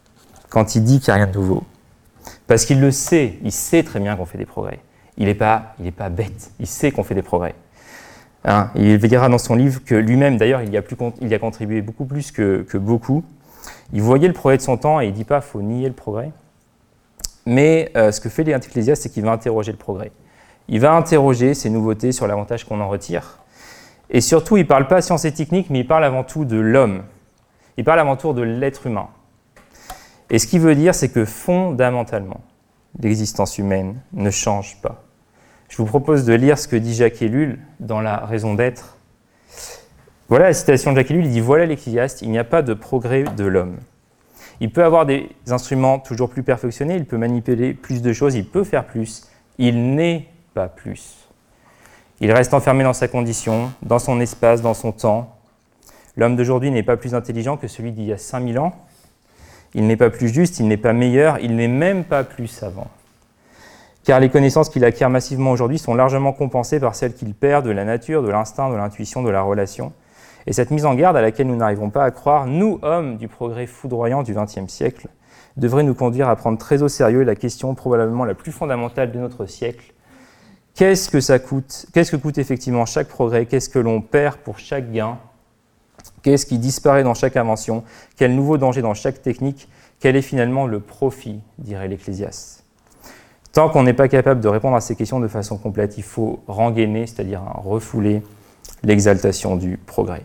quand il dit qu'il n'y a rien de nouveau. Parce qu'il le sait, il sait très bien qu'on fait des progrès. Il n'est pas, il n'est pas bête, il sait qu'on fait des progrès. Hein, il verra dans son livre que lui-même, d'ailleurs, il y a, plus, il y a contribué beaucoup plus que, que beaucoup. Il voyait le progrès de son temps et il ne dit pas qu'il faut nier le progrès. Mais euh, ce que fait l'Ecclésiaste, c'est qu'il va interroger le progrès. Il va interroger ces nouveautés sur l'avantage qu'on en retire. Et surtout, il ne parle pas science et technique, mais il parle avant tout de l'homme. Il parle avant tout de l'être humain. Et ce qu'il veut dire, c'est que fondamentalement, l'existence humaine ne change pas. Je vous propose de lire ce que dit Jacques Ellul dans La raison d'être. Voilà la citation de Jacques Ellul, il dit « Voilà l'Ecclésiaste, il n'y a pas de progrès de l'homme. Il peut avoir des instruments toujours plus perfectionnés, il peut manipuler plus de choses, il peut faire plus. Il n'est pas plus. Il reste enfermé dans sa condition, dans son espace, dans son temps. L'homme d'aujourd'hui n'est pas plus intelligent que celui d'il y a cinq mille ans. Il n'est pas plus juste, il n'est pas meilleur, il n'est même pas plus savant. Car les connaissances qu'il acquiert massivement aujourd'hui sont largement compensées par celles qu'il perd de la nature, de l'instinct, de l'intuition, de la relation. Et cette mise en garde à laquelle nous n'arrivons pas à croire, nous, hommes du progrès foudroyant du vingtième siècle, devrait nous conduire à prendre très au sérieux la question probablement la plus fondamentale de notre siècle. Qu'est-ce que ça coûte ? Qu'est-ce que coûte effectivement chaque progrès ? Qu'est-ce que l'on perd pour chaque gain ? Qu'est-ce qui disparaît dans chaque invention ? Quel nouveau danger dans chaque technique ? Quel est finalement le profit, dirait l'Ecclésiaste ? Tant qu'on n'est pas capable de répondre à ces questions de façon complète, il faut rengainer, c'est-à-dire refouler l'exaltation du progrès.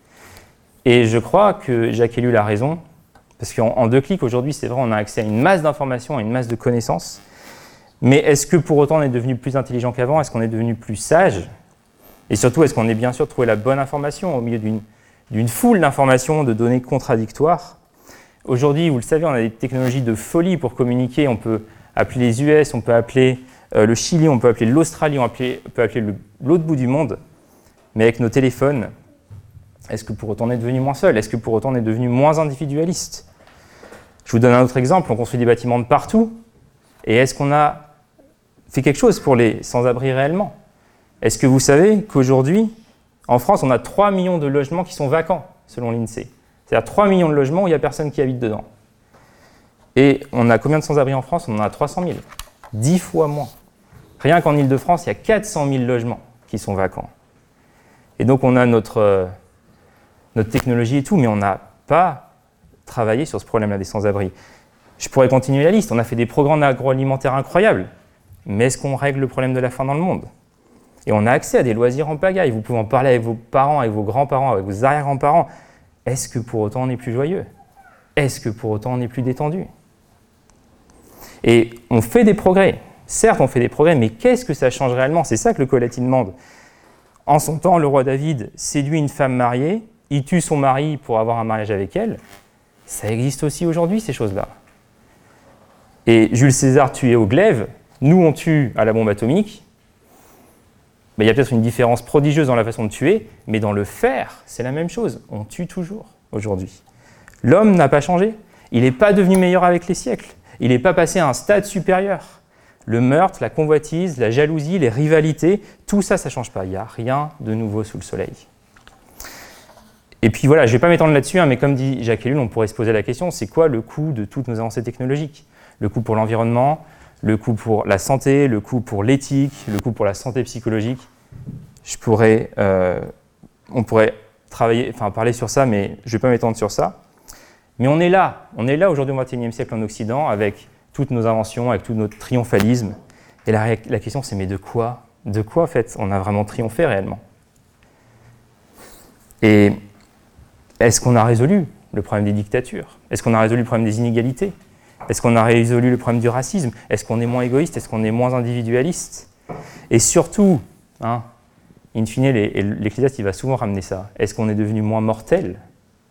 Et je crois que Jacques Ellul a raison, parce qu'en en deux clics, aujourd'hui, c'est vrai, on a accès à une masse d'informations, à une masse de connaissances, mais est-ce que pour autant on est devenu plus intelligent qu'avant ? Est-ce qu'on est devenu plus sage ? Et surtout, est-ce qu'on est bien sûr trouvé la bonne information au milieu d'une d'une foule d'informations, de données contradictoires. Aujourd'hui, vous le savez, on a des technologies de folie pour communiquer. On peut appeler les U S, on peut appeler euh, le Chili, on peut appeler l'Australie, on appeler, peut appeler le, l'autre bout du monde. Mais avec nos téléphones, est-ce que pour autant on est devenu moins seul ? Est-ce que pour autant on est devenu moins individualiste ? Je vous donne un autre exemple. On construit des bâtiments de partout. Et est-ce qu'on a fait quelque chose pour les sans-abri réellement ? Est-ce que vous savez qu'aujourd'hui, en France, on a trois millions de logements qui sont vacants, selon l'INSEE. C'est-à-dire trois millions de logements où il n'y a personne qui habite dedans. Et on a combien de sans-abri en France ? On en a trois cent mille. dix fois moins. Rien qu'en Ile-de-France, il y a quatre cent mille logements qui sont vacants. Et donc on a notre, euh, notre technologie et tout, mais on n'a pas travaillé sur ce problème-là des sans-abri. Je pourrais continuer la liste. On a fait des programmes agroalimentaires incroyables. Mais est-ce qu'on règle le problème de la faim dans le monde ? Et on a accès à des loisirs en pagaille. Vous pouvez en parler avec vos parents, avec vos grands-parents, avec vos arrière-grands-parents. Est-ce que pour autant on est plus joyeux ? Est-ce que pour autant on est plus détendu ? Et on fait des progrès. Certes, on fait des progrès, mais qu'est-ce que ça change réellement ? C'est ça que le Colette demande. En son temps, le roi David séduit une femme mariée, il tue son mari pour avoir un mariage avec elle. Ça existe aussi aujourd'hui, ces choses-là. Et Jules César tuait au glaive, nous on tue à la bombe atomique. Ben, il y a peut-être une différence prodigieuse dans la façon de tuer, mais dans le faire, c'est la même chose. On tue toujours aujourd'hui. L'homme n'a pas changé. Il n'est pas devenu meilleur avec les siècles. Il n'est pas passé à un stade supérieur. Le meurtre, la convoitise, la jalousie, les rivalités, tout ça, ça ne change pas. Il n'y a rien de nouveau sous le soleil. Et puis voilà, je ne vais pas m'étendre là-dessus, hein, mais comme dit Jacques Ellul, on pourrait se poser la question, c'est quoi le coût de toutes nos avancées technologiques ? Le coût pour l'environnement, le coût pour la santé, le coût pour l'éthique, le coût pour la santé psychologique. Je pourrais, euh, on pourrait travailler, enfin parler sur ça, mais je ne vais pas m'étendre sur ça. Mais on est là, on est là aujourd'hui au vingt et unième siècle en Occident, avec toutes nos inventions, avec tout notre triomphalisme. Et la, la question c'est, mais de quoi ? De quoi en fait on a vraiment triomphé réellement ? Et est-ce qu'on a résolu le problème des dictatures ? Est-ce qu'on a résolu le problème des inégalités ? Est-ce qu'on a résolu le problème du racisme ? Est-ce qu'on est moins égoïste ? Est-ce qu'on est moins individualiste ? Et surtout, hein, in fine, l'Ecclésiaste il va souvent ramener ça. Est-ce qu'on est devenu moins mortel ?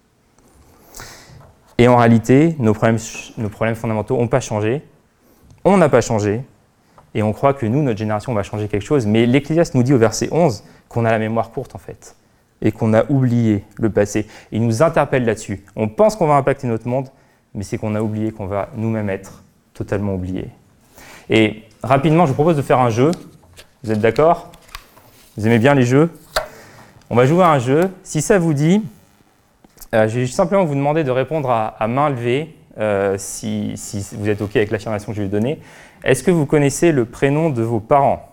Et en réalité, nos problèmes, nos problèmes fondamentaux n'ont pas changé. On n'a pas changé. Et on croit que nous, notre génération, va changer quelque chose. Mais l'Ecclésiaste nous dit au verset onze qu'on a la mémoire courte en fait. Et qu'on a oublié le passé. Il nous interpelle là-dessus. On pense qu'on va impacter notre monde, mais c'est qu'on a oublié qu'on va nous-mêmes être totalement oubliés. Et rapidement, je vous propose de faire un jeu. Vous êtes d'accord ? Vous aimez bien les jeux ? On va jouer à un jeu. Si ça vous dit, euh, je vais simplement vous demander de répondre à, à main levée euh, si, si vous êtes OK avec l'affirmation que je vais donner. Est-ce que vous connaissez le prénom de vos parents?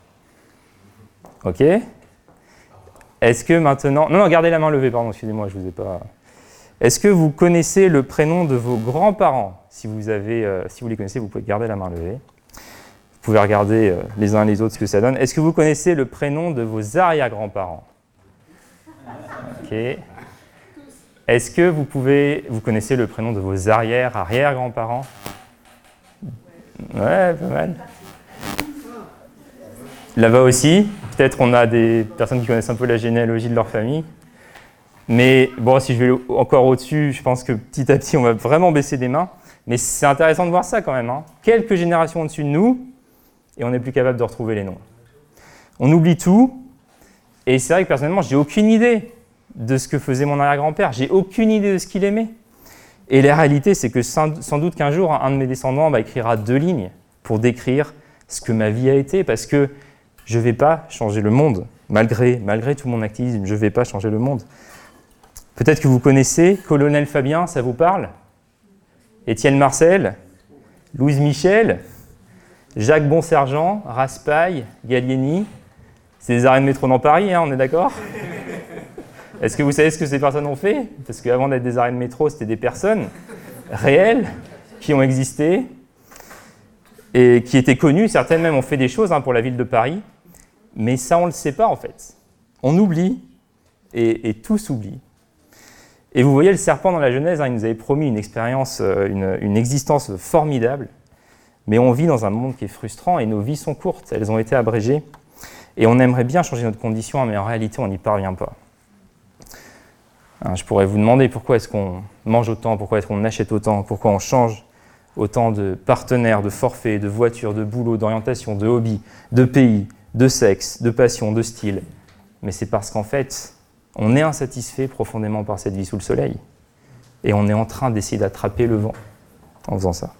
OK. Est-ce que maintenant... Non, non, gardez la main levée, pardon, excusez-moi, je vous ai pas... Est-ce que vous connaissez le prénom de vos grands-parents? Si vous avez, euh, si vous les connaissez, vous pouvez garder la main levée. Vous pouvez regarder euh, les uns les autres ce que ça donne. Est-ce que vous connaissez le prénom de vos arrière-grands-parents? OK. Est-ce que vous pouvez, vous connaissez le prénom de vos arrière-arrière-grands-parents? Ouais, pas mal. Là-bas aussi, peut-être qu'on a des personnes qui connaissent un peu la généalogie de leur famille. Mais bon, si je vais encore au-dessus, je pense que petit à petit, on va vraiment baisser des mains. Mais c'est intéressant de voir ça quand même. Hein. Quelques générations au-dessus de nous, et on n'est plus capable de retrouver les noms. On oublie tout, et c'est vrai que personnellement, j'ai aucune idée de ce que faisait mon arrière-grand-père. J'ai aucune idée de ce qu'il aimait. Et la réalité, c'est que sans, sans doute qu'un jour, un de mes descendants bah, écrira deux lignes pour décrire ce que ma vie a été, parce que je ne vais pas changer le monde. Malgré, malgré tout mon activisme, je ne vais pas changer le monde. Peut-être que vous connaissez Colonel Fabien, ça vous parle? Étienne Marcel, Louise Michel, Jacques Bonsergent, Raspail, Gallieni. C'est des arrêts de métro dans Paris, hein, on est d'accord? Est-ce que vous savez ce que ces personnes ont fait? Parce qu'avant d'être des arrêts de métro, c'était des personnes réelles qui ont existé et qui étaient connues. Certaines même ont fait des choses hein, pour la ville de Paris. Mais ça, on ne le sait pas en fait. On oublie et, et tous oublient. Et vous voyez le serpent dans la Genèse, hein, il nous avait promis une expérience, une, une existence formidable. Mais on vit dans un monde qui est frustrant et nos vies sont courtes, elles ont été abrégées. Et on aimerait bien changer notre condition, mais en réalité, on n'y parvient pas. Hein, je pourrais vous demander pourquoi est-ce qu'on mange autant, pourquoi est-ce qu'on achète autant, pourquoi on change autant de partenaires, de forfaits, de voitures, de boulot, d'orientation, de hobbies, de pays, de sexe, de passion, de style. Mais c'est parce qu'en fait, on est insatisfait profondément par cette vie sous le soleil. Et on est en train d'essayer d'attraper le vent en faisant ça.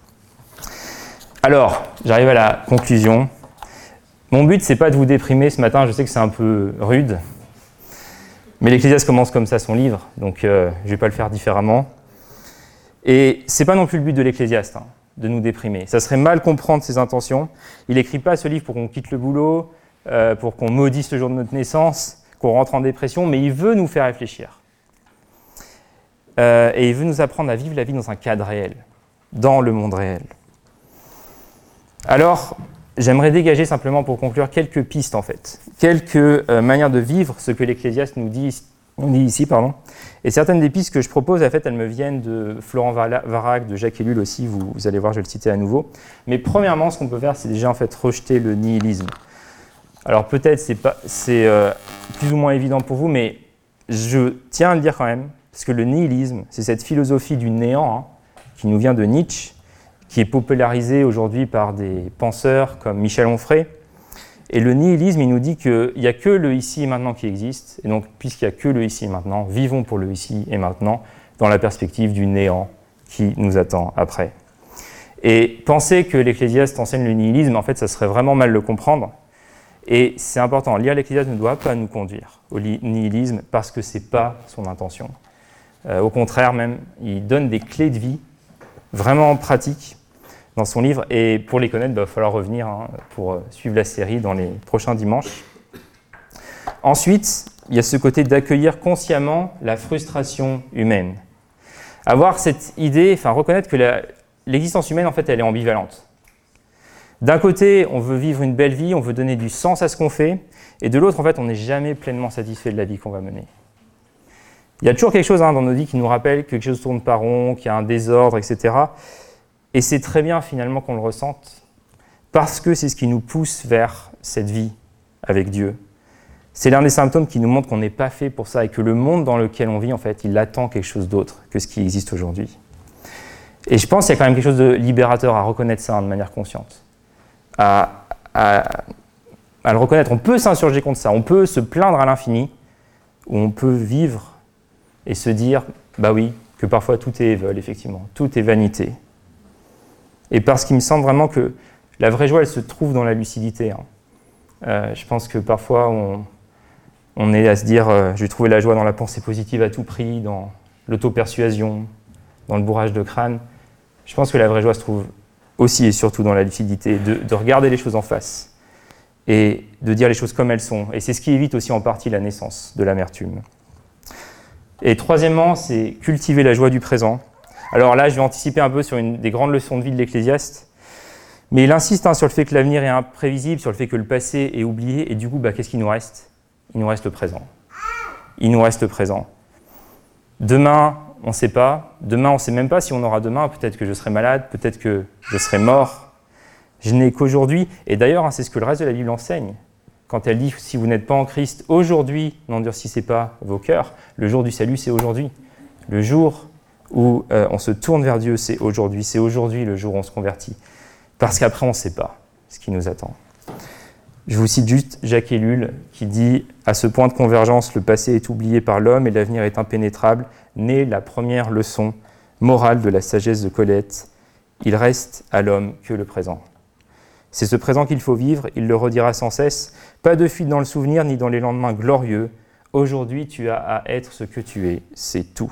Alors, j'arrive à la conclusion. Mon but, c'est pas de vous déprimer ce matin, je sais que c'est un peu rude. Mais l'Ecclésiaste commence comme ça son livre, donc euh, je vais pas le faire différemment. Et c'est pas non plus le but de l'Ecclésiaste, hein, de nous déprimer. Ça serait mal comprendre ses intentions. Il écrit pas ce livre pour qu'on quitte le boulot, euh, pour qu'on maudisse le jour de notre naissance, qu'on rentre en dépression, mais il veut nous faire réfléchir. Euh, et il veut nous apprendre à vivre la vie dans un cadre réel, dans le monde réel. Alors, j'aimerais dégager simplement pour conclure quelques pistes en fait, quelques euh, manières de vivre ce que l'Ecclésiaste nous dit, on dit ici. Pardon. Et certaines des pistes que je propose, en fait, elles me viennent de Florent Varac, de Jacques Ellul aussi, vous, vous allez voir, je vais le citer à nouveau. Mais premièrement, ce qu'on peut faire, c'est déjà en fait rejeter le nihilisme. Alors peut-être c'est pas, c'est euh, plus ou moins évident pour vous, mais je tiens à le dire quand même, parce que le nihilisme, c'est cette philosophie du néant hein, qui nous vient de Nietzsche, qui est popularisée aujourd'hui par des penseurs comme Michel Onfray. Et le nihilisme, il nous dit qu'il n'y a que le ici et maintenant qui existe, et donc puisqu'il n'y a que le ici et maintenant, vivons pour le ici et maintenant, dans la perspective du néant qui nous attend après. Et penser que l'Ecclésiaste enseigne le nihilisme, en fait, ça serait vraiment mal le comprendre. Et c'est important, lire l'Ecclésiaste ne doit pas nous conduire au nihilisme parce que ce n'est pas son intention. Euh, au contraire même, il donne des clés de vie vraiment pratiques dans son livre. Et pour les connaître, il bah, va falloir revenir hein, pour suivre la série dans les prochains dimanches. Ensuite, il y a ce côté d'accueillir consciemment la frustration humaine. Avoir cette idée, enfin reconnaître que la, l'existence humaine, en fait, elle est ambivalente. D'un côté, on veut vivre une belle vie, on veut donner du sens à ce qu'on fait, et de l'autre, en fait, on n'est jamais pleinement satisfait de la vie qu'on va mener. Il y a toujours quelque chose hein, dans nos vies qui nous rappelle que quelque chose tourne pas rond, qu'il y a un désordre, et cetera. Et c'est très bien finalement qu'on le ressente, parce que c'est ce qui nous pousse vers cette vie avec Dieu. C'est l'un des symptômes qui nous montre qu'on n'est pas fait pour ça, et que le monde dans lequel on vit, en fait, il attend quelque chose d'autre que ce qui existe aujourd'hui. Et je pense qu'il y a quand même quelque chose de libérateur à reconnaître ça hein, de manière consciente. À, à, à le reconnaître. On peut s'insurger contre ça, on peut se plaindre à l'infini, ou on peut vivre et se dire, bah oui, que parfois tout est vol, effectivement, tout est vanité. Et parce qu'il me semble vraiment que la vraie joie, elle se trouve dans la lucidité. Hein. Euh, je pense que parfois, on, on est à se dire, euh, je vais trouver la joie dans la pensée positive à tout prix, dans l'auto-persuasion, dans le bourrage de crâne. Je pense que la vraie joie se trouve aussi et surtout dans la lucidité, de, de regarder les choses en face et de dire les choses comme elles sont. Et c'est ce qui évite aussi en partie la naissance de l'amertume. Et troisièmement, c'est cultiver la joie du présent. Alors là, je vais anticiper un peu sur une des grandes leçons de vie de l'Ecclésiaste, mais il insiste hein, sur le fait que l'avenir est imprévisible, sur le fait que le passé est oublié, et du coup, bah, qu'est-ce qu'il nous reste ? Il nous reste le présent. Il nous reste le présent. Demain, on ne sait pas. Demain, on ne sait même pas si on aura demain. Peut-être que je serai malade, peut-être que je serai mort. Je n'ai qu'aujourd'hui. Et d'ailleurs, hein, c'est ce que le reste de la Bible enseigne. Quand elle dit « si vous n'êtes pas en Christ, aujourd'hui, n'endurcissez pas vos cœurs », le jour du salut, c'est aujourd'hui. Le jour où euh, on se tourne vers Dieu, c'est aujourd'hui. C'est aujourd'hui le jour où on se convertit. Parce qu'après, on ne sait pas ce qui nous attend. Je vous cite juste Jacques Ellul qui dit « À ce point de convergence, le passé est oublié par l'homme et l'avenir est impénétrable. Naît la première leçon morale de la sagesse de Colette. Il reste à l'homme que le présent. C'est ce présent qu'il faut vivre, il le redira sans cesse. Pas de fuite dans le souvenir ni dans les lendemains glorieux. Aujourd'hui, tu as à être ce que tu es, c'est tout. »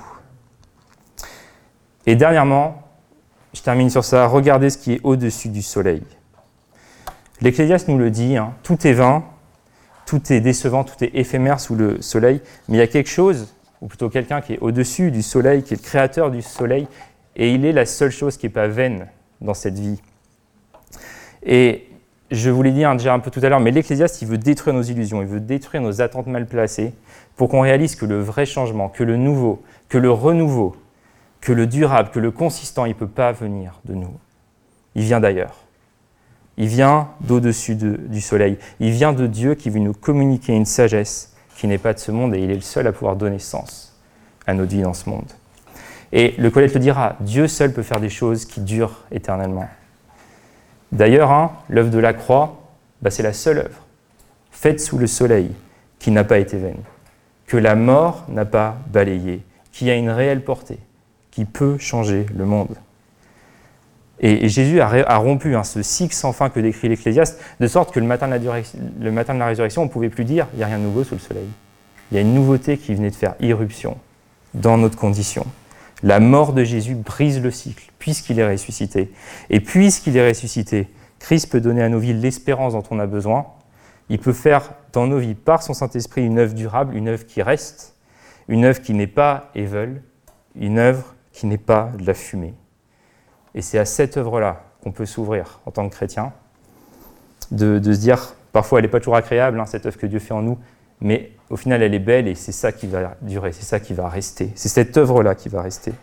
Et dernièrement, je termine sur ça, regardez ce qui est au-dessus du soleil. L'Ecclésiaste nous le dit, hein, tout est vain, tout est décevant, tout est éphémère sous le soleil, mais il y a quelque chose, ou plutôt quelqu'un qui est au-dessus du soleil, qui est le créateur du soleil, et il est la seule chose qui n'est pas vaine dans cette vie. Et je vous l'ai dit hein, déjà un peu tout à l'heure, mais l'Ecclésiaste, il veut détruire nos illusions, il veut détruire nos attentes mal placées, pour qu'on réalise que le vrai changement, que le nouveau, que le renouveau, que le durable, que le consistant, il ne peut pas venir de nous. Il vient d'ailleurs. Il vient d'au-dessus de, du soleil. Il vient de Dieu qui veut nous communiquer une sagesse qui n'est pas de ce monde et il est le seul à pouvoir donner sens à notre vie dans ce monde. Et le Colette le dira, Dieu seul peut faire des choses qui durent éternellement. D'ailleurs, hein, l'œuvre de la croix, bah, c'est la seule œuvre faite sous le soleil qui n'a pas été vaine, que la mort n'a pas balayée, qui a une réelle portée, qui peut changer le monde. Et, et Jésus a, ré, a rompu hein, ce cycle sans fin que décrit l'Ecclésiaste, de sorte que le matin de la, le matin de la résurrection, on ne pouvait plus dire « il n'y a rien de nouveau sous le soleil ». Il y a une nouveauté qui venait de faire irruption dans notre condition. La mort de Jésus brise le cycle, puisqu'il est ressuscité. Et puisqu'il est ressuscité, Christ peut donner à nos vies l'espérance dont on a besoin. Il peut faire dans nos vies, par son Saint-Esprit, une œuvre durable, une œuvre qui reste, une œuvre qui n'est pas évole, une œuvre qui n'est pas de la fumée. Et c'est à cette œuvre-là qu'on peut s'ouvrir en tant que chrétien, de, de se dire, parfois elle n'est pas toujours agréable, hein, cette œuvre que Dieu fait en nous, mais au final elle est belle et c'est ça qui va durer, c'est ça qui va rester. C'est cette œuvre-là qui va rester.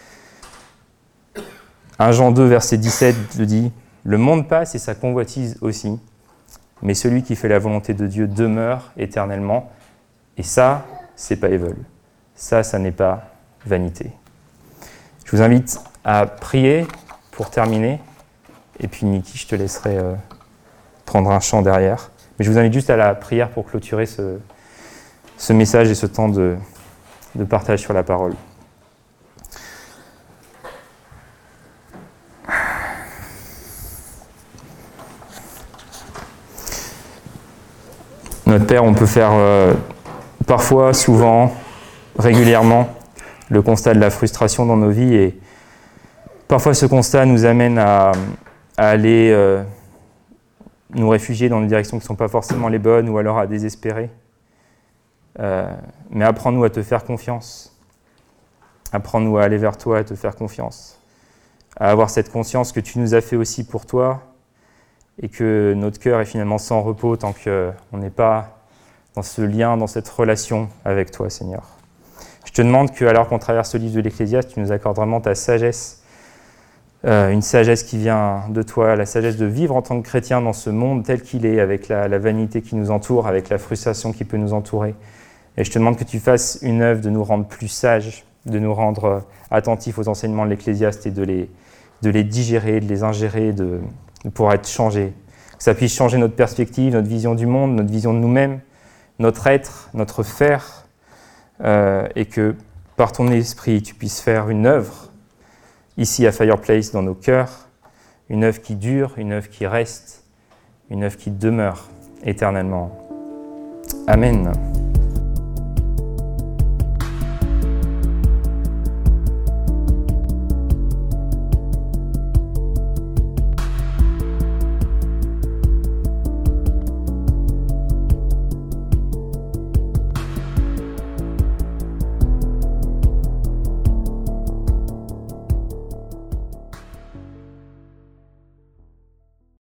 premier Jean deux, verset dix-sept, le dit, « Le monde passe et sa convoitise aussi, mais celui qui fait la volonté de Dieu demeure éternellement. » Et ça, c'est pas évol. Ça, ça n'est pas vanité. Je vous invite à prier pour terminer. Et puis, Niki, je te laisserai euh, prendre un chant derrière. Mais je vous invite juste à la prière pour clôturer ce, ce message et ce temps de, de partage sur la parole. Notre Père, on peut faire euh, parfois, souvent, régulièrement, le constat de la frustration dans nos vies. Et parfois, ce constat nous amène à, à aller euh, nous réfugier dans des directions qui ne sont pas forcément les bonnes ou alors à désespérer. Euh, mais apprends-nous à te faire confiance. Apprends-nous à aller vers toi, à te faire confiance. À avoir cette conscience que tu nous as fait aussi pour toi et que notre cœur est finalement sans repos tant qu'on n'est pas dans ce lien, dans cette relation avec toi, Seigneur. Je te demande que, alors qu'on traverse le livre de l'Ecclésiaste, tu nous accordes vraiment ta sagesse, euh, une sagesse qui vient de toi, la sagesse de vivre en tant que chrétien dans ce monde tel qu'il est, avec la, la vanité qui nous entoure, avec la frustration qui peut nous entourer. Et je te demande que tu fasses une œuvre de nous rendre plus sages, de nous rendre attentifs aux enseignements de l'Ecclésiaste et de les, de les digérer, de les ingérer, de, de pouvoir être changés. Que ça puisse changer notre perspective, notre vision du monde, notre vision de nous-mêmes, notre être, notre faire, euh, et que par ton esprit, tu puisses faire une œuvre ici à Fireplace dans nos cœurs, une œuvre qui dure, une œuvre qui reste, une œuvre qui demeure éternellement. Amen.